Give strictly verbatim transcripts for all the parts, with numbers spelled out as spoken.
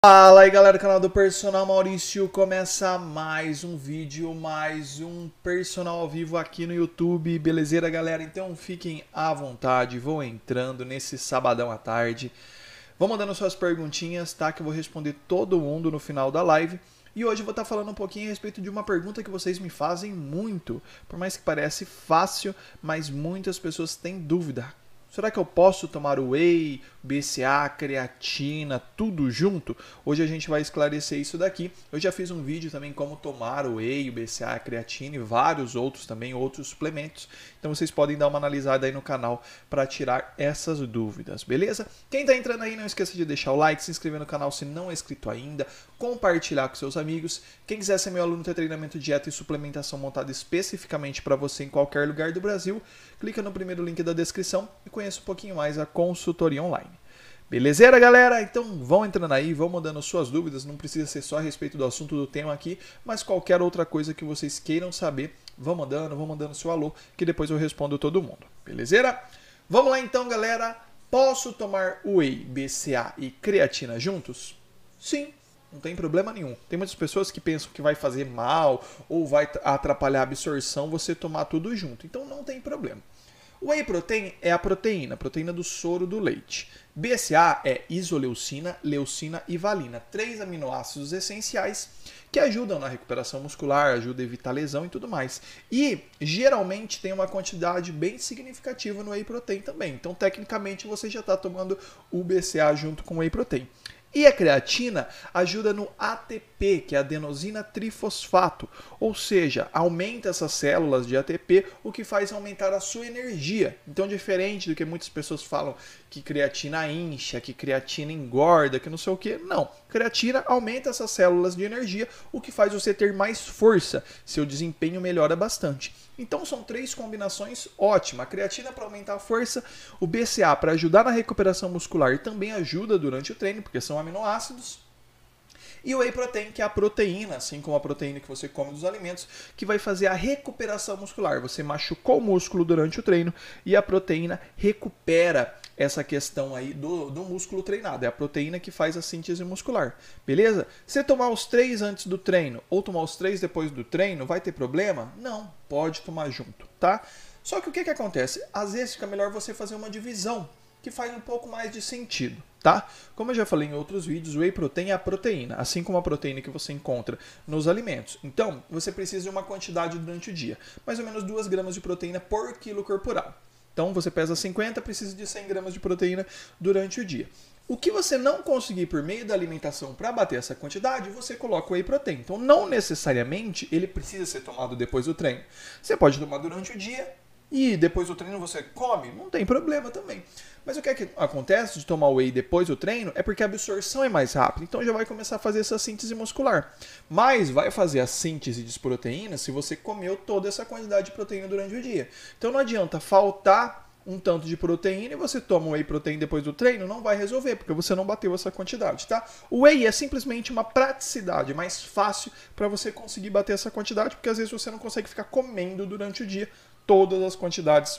Fala aí galera do canal do Personal Maurício, começa mais um vídeo, mais um personal ao vivo aqui no YouTube, belezeira galera? Então fiquem à vontade, vou entrando nesse sabadão à tarde, vão mandando suas perguntinhas, tá? Que eu vou responder todo mundo no final da live. E hoje eu vou estar falando um pouquinho a respeito de uma pergunta que vocês me fazem muito, por mais que pareça fácil, mas muitas pessoas têm dúvida. Será que eu posso tomar whey, B C A, creatina, tudo junto? Hoje a gente vai esclarecer isso daqui. Eu já fiz um vídeo também como tomar o whey, o B C A, a creatina e vários outros também, outros suplementos. Então vocês podem dar uma analisada aí no canal para tirar essas dúvidas, beleza? Quem está entrando aí, não esqueça de deixar o like, se inscrever no canal se não é inscrito ainda, compartilhar com seus amigos. Quem quiser ser meu aluno, ter treinamento, dieta e suplementação montado especificamente para você em qualquer lugar do Brasil, clica no primeiro link da descrição e conheça um pouquinho mais a consultoria online. Belezeira, galera? Então vão entrando aí, vão mandando suas dúvidas, não precisa ser só a respeito do assunto do tema aqui, mas qualquer outra coisa que vocês queiram saber, vão mandando, vão mandando seu alô, que depois eu respondo todo mundo. Belezeira? Vamos lá então, galera. Posso tomar whey, B C A e creatina juntos? Sim. Não tem problema nenhum. Tem muitas pessoas que pensam que vai fazer mal ou vai atrapalhar a absorção você tomar tudo junto. Então não tem problema. O whey protein é a proteína, a proteína do soro do leite. B C A é isoleucina, leucina e valina, três aminoácidos essenciais que ajudam na recuperação muscular, ajudam a evitar lesão e tudo mais. E geralmente tem uma quantidade bem significativa no whey protein também. Então tecnicamente você já está tomando o B C A junto com o whey protein. E a creatina ajuda no A T P, que é adenosina trifosfato, ou seja, aumenta essas células de A T P, o que faz aumentar a sua energia. Então, diferente do que muitas pessoas falam que creatina incha, que creatina engorda, que não sei o que, não. Creatina aumenta essas células de energia, o que faz você ter mais força, seu desempenho melhora bastante. Então são três combinações ótimas. A creatina para aumentar a força, o B C A para ajudar na recuperação muscular e também ajuda durante o treino, porque são aminoácidos. E o whey protein, que é a proteína, assim como a proteína que você come dos alimentos, que vai fazer a recuperação muscular. Você machucou o músculo durante o treino e a proteína recupera essa questão aí do, do músculo treinado. É a proteína que faz a síntese muscular, beleza? Você tomar os três antes do treino ou tomar os três depois do treino, vai ter problema? Não, pode tomar junto, tá? Só que o que, que acontece? Às vezes fica melhor você fazer uma divisão, que faz um pouco mais de sentido, tá? Como eu já falei em outros vídeos, o whey protein é a proteína, assim como a proteína que você encontra nos alimentos. Então, você precisa de uma quantidade durante o dia, mais ou menos duas gramas de proteína por quilo corporal. Então, você pesa cinquenta, precisa de cem gramas de proteína durante o dia. O que você não conseguir por meio da alimentação para bater essa quantidade, você coloca o whey protein. Então, não necessariamente ele precisa ser tomado depois do treino. Você pode tomar durante o dia e depois do treino você come, não tem problema também. Mas o que, é que acontece de tomar whey depois do treino é porque a absorção é mais rápida, então já vai começar a fazer essa síntese muscular. Mas vai fazer a síntese de proteínas se você comeu toda essa quantidade de proteína durante o dia. Então não adianta faltar um tanto de proteína e você toma whey protein depois do treino, não vai resolver, porque você não bateu essa quantidade, tá? O whey é simplesmente uma praticidade, mais fácil para você conseguir bater essa quantidade, porque às vezes você não consegue ficar comendo durante o dia todas as quantidades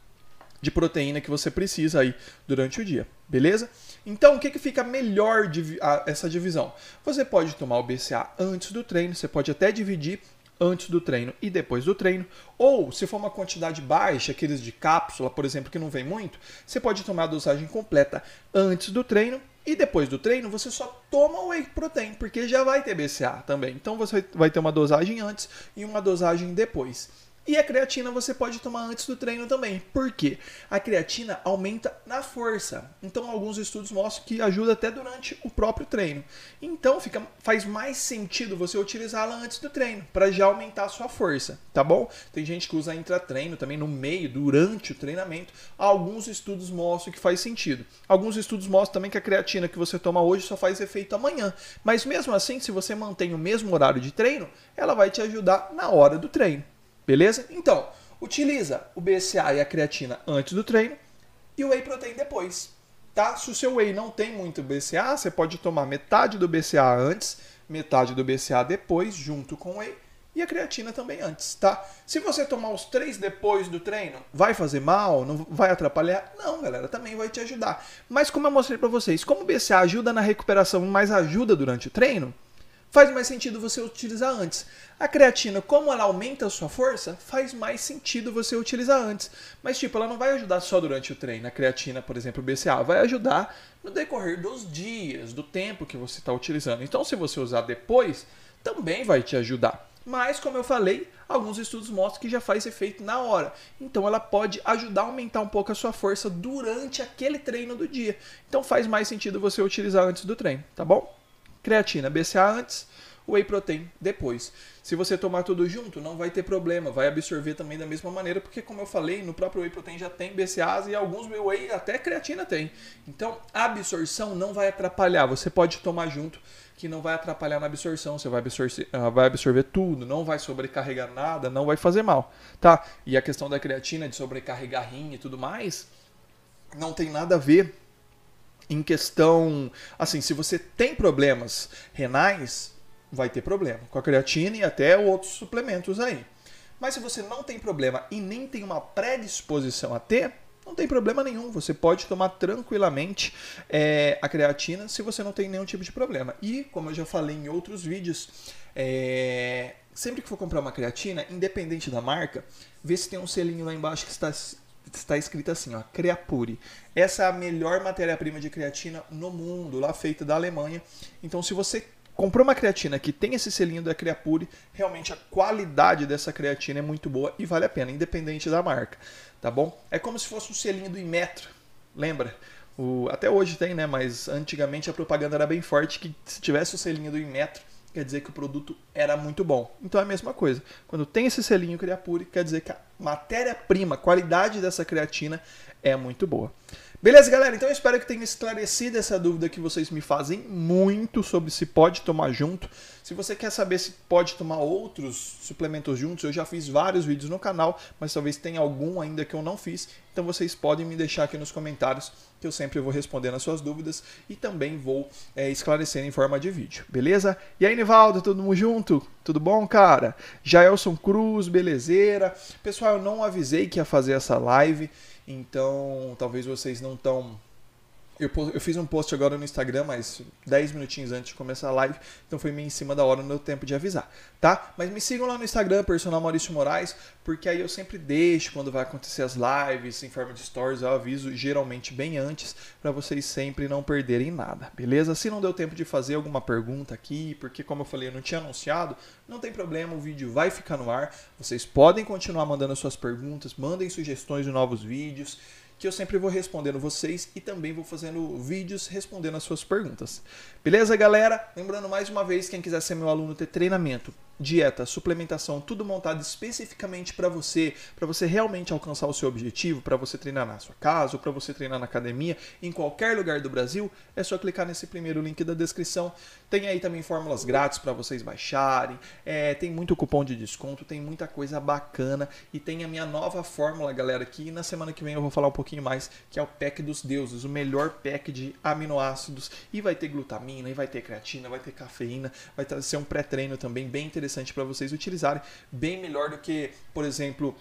de proteína que você precisa aí durante o dia, beleza? Então, o que, que fica melhor divi- a, essa divisão? Você pode tomar o B C A antes do treino, você pode até dividir antes do treino e depois do treino, ou se for uma quantidade baixa, aqueles de cápsula, por exemplo, que não vem muito, você pode tomar a dosagem completa antes do treino e depois do treino você só toma o whey protein, porque já vai ter B C A também. Então você vai ter uma dosagem antes e uma dosagem depois. E a creatina você pode tomar antes do treino também. Por quê? A creatina aumenta na força. Então, alguns estudos mostram que ajuda até durante o próprio treino. Então, fica, faz mais sentido você utilizá-la antes do treino, para já aumentar a sua força, tá bom? Tem gente que usa intratreino também no meio, durante o treinamento. Alguns estudos mostram que faz sentido. Alguns estudos mostram também que a creatina que você toma hoje só faz efeito amanhã. Mas mesmo assim, se você mantém o mesmo horário de treino, ela vai te ajudar na hora do treino. Beleza? Então, utiliza o B C A e a creatina antes do treino e o whey protein depois, tá? Se o seu whey não tem muito B C A, você pode tomar metade do B C A antes, metade do B C A depois, junto com o whey, e a creatina também antes, tá? Se você tomar os três depois do treino, vai fazer mal? Não vai atrapalhar? Não, galera, também vai te ajudar. Mas como eu mostrei pra vocês, como o B C A A ajuda na recuperação, mas ajuda durante o treino, faz mais sentido você utilizar antes. A creatina, como ela aumenta a sua força, faz mais sentido você utilizar antes. Mas, tipo, ela não vai ajudar só durante o treino. A creatina, por exemplo, o B C A A, vai ajudar no decorrer dos dias, do tempo que você está utilizando. Então, se você usar depois, também vai te ajudar. Mas, como eu falei, alguns estudos mostram que já faz efeito na hora. Então, ela pode ajudar a aumentar um pouco a sua força durante aquele treino do dia. Então, faz mais sentido você utilizar antes do treino, tá bom? Creatina, B C A A antes, Whey Protein depois. Se você tomar tudo junto, não vai ter problema, vai absorver também da mesma maneira, porque como eu falei, no próprio Whey Protein já tem B C A As e alguns Whey até creatina tem. Então, a absorção não vai atrapalhar, você pode tomar junto, que não vai atrapalhar na absorção, você vai absorver, vai absorver tudo, não vai sobrecarregar nada, não vai fazer mal, tá? E a questão da creatina, de sobrecarregar rim e tudo mais, não tem nada a ver em questão, assim, se você tem problemas renais, vai ter problema com a creatina e até outros suplementos aí. Mas se você não tem problema e nem tem uma predisposição a ter, não tem problema nenhum. Você pode tomar tranquilamente é, a creatina se você não tem nenhum tipo de problema. E, como eu já falei em outros vídeos, é, sempre que for comprar uma creatina, independente da marca, vê se tem um selinho lá embaixo que está... está escrito assim, ó, Creapure. Essa é a melhor matéria-prima de creatina no mundo, lá feita da Alemanha. Então, se você comprou uma creatina que tem esse selinho da Creapure, realmente a qualidade dessa creatina é muito boa e vale a pena, independente da marca, tá bom? É como se fosse um selinho do Inmetro, lembra? O, até hoje tem, né? Mas antigamente a propaganda era bem forte que se tivesse o selinho do Inmetro, quer dizer que o produto era muito bom. Então é a mesma coisa. Quando tem esse selinho Creapure, quer dizer que a matéria-prima, a qualidade dessa creatina é muito boa. Beleza, galera? Então eu espero que tenha esclarecido essa dúvida que vocês me fazem muito sobre se pode tomar junto. Se você quer saber se pode tomar outros suplementos juntos, eu já fiz vários vídeos no canal, mas talvez tenha algum ainda que eu não fiz. Então vocês podem me deixar aqui nos comentários, que eu sempre vou respondendo as suas dúvidas e também vou é, esclarecer em forma de vídeo, beleza? E aí, Nivaldo, todo mundo junto? Tudo bom, cara? Jaelson Cruz, belezeira? Pessoal, eu não avisei que ia fazer essa live, então talvez vocês não estão... Eu, eu fiz um post agora no Instagram, mas dez minutinhos antes de começar a live, então foi meio em cima da hora, não deu tempo de avisar, tá? Mas me sigam lá no Instagram, Personal Maurício Moraes, porque aí eu sempre deixo quando vai acontecer as lives em forma de stories, eu aviso geralmente bem antes, para vocês sempre não perderem nada, beleza? Se não deu tempo de fazer alguma pergunta aqui, porque como eu falei, eu não tinha anunciado, não tem problema, o vídeo vai ficar no ar, vocês podem continuar mandando suas perguntas, mandem sugestões de novos vídeos, que eu sempre vou respondendo vocês e também vou fazendo vídeos respondendo as suas perguntas. Beleza, galera? Lembrando mais uma vez, quem quiser ser meu aluno, ter treinamento, dieta, suplementação, tudo montado especificamente para você, para você realmente alcançar o seu objetivo, para você treinar na sua casa ou para você treinar na academia, em qualquer lugar do Brasil, é só clicar nesse primeiro link da descrição. Tem aí também fórmulas grátis para vocês baixarem, é, tem muito cupom de desconto, tem muita coisa bacana e tem a minha nova fórmula, galera, que na semana que vem eu vou falar um pouquinho mais, que é o pack dos deuses, o melhor pack de aminoácidos, e vai ter glutamina, e vai ter creatina, vai ter cafeína, vai ser um pré-treino também bem interessante para vocês utilizarem, bem melhor do que, por exemplo,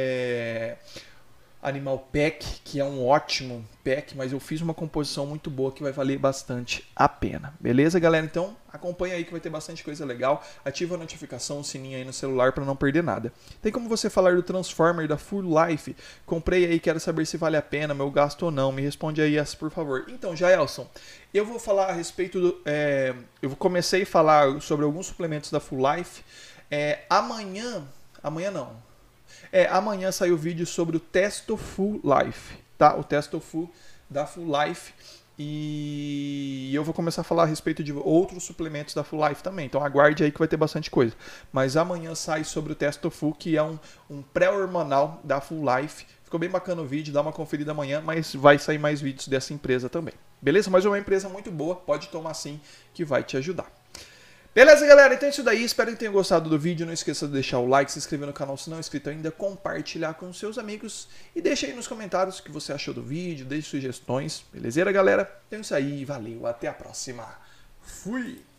é... Animal Pack, que é um ótimo pack, mas eu fiz uma composição muito boa que vai valer bastante a pena. Beleza, galera? Então, acompanha aí que vai ter bastante coisa legal. Ativa a notificação, o sininho aí no celular para não perder nada. Tem como você falar do Transformer da Full Life? Comprei aí, quero saber se vale a pena, meu gasto ou não. Me responde aí, por favor. Então, Jaelson, eu vou falar a respeito do... É, eu comecei a falar sobre alguns suplementos da Full Life. É, amanhã... Amanhã não. É, amanhã sai o vídeo sobre o Testo Full Life, tá? O Testo Full da Full Life. E eu vou começar a falar a respeito de outros suplementos da Full Life também. Então aguarde aí que vai ter bastante coisa. Mas amanhã sai sobre o Testo Full, que é um, um pré-hormonal da Full Life. Ficou bem bacana o vídeo, dá uma conferida amanhã, mas vai sair mais vídeos dessa empresa também. Beleza? Mas é uma empresa muito boa, pode tomar sim, que vai te ajudar. Beleza, galera? Então é isso daí. Espero que tenham gostado do vídeo. Não esqueça de deixar o like, se inscrever no canal se não é inscrito ainda, compartilhar com seus amigos e deixa aí nos comentários o que você achou do vídeo, deixe sugestões. Beleza, galera? Então é isso aí. Valeu. Até a próxima. Fui!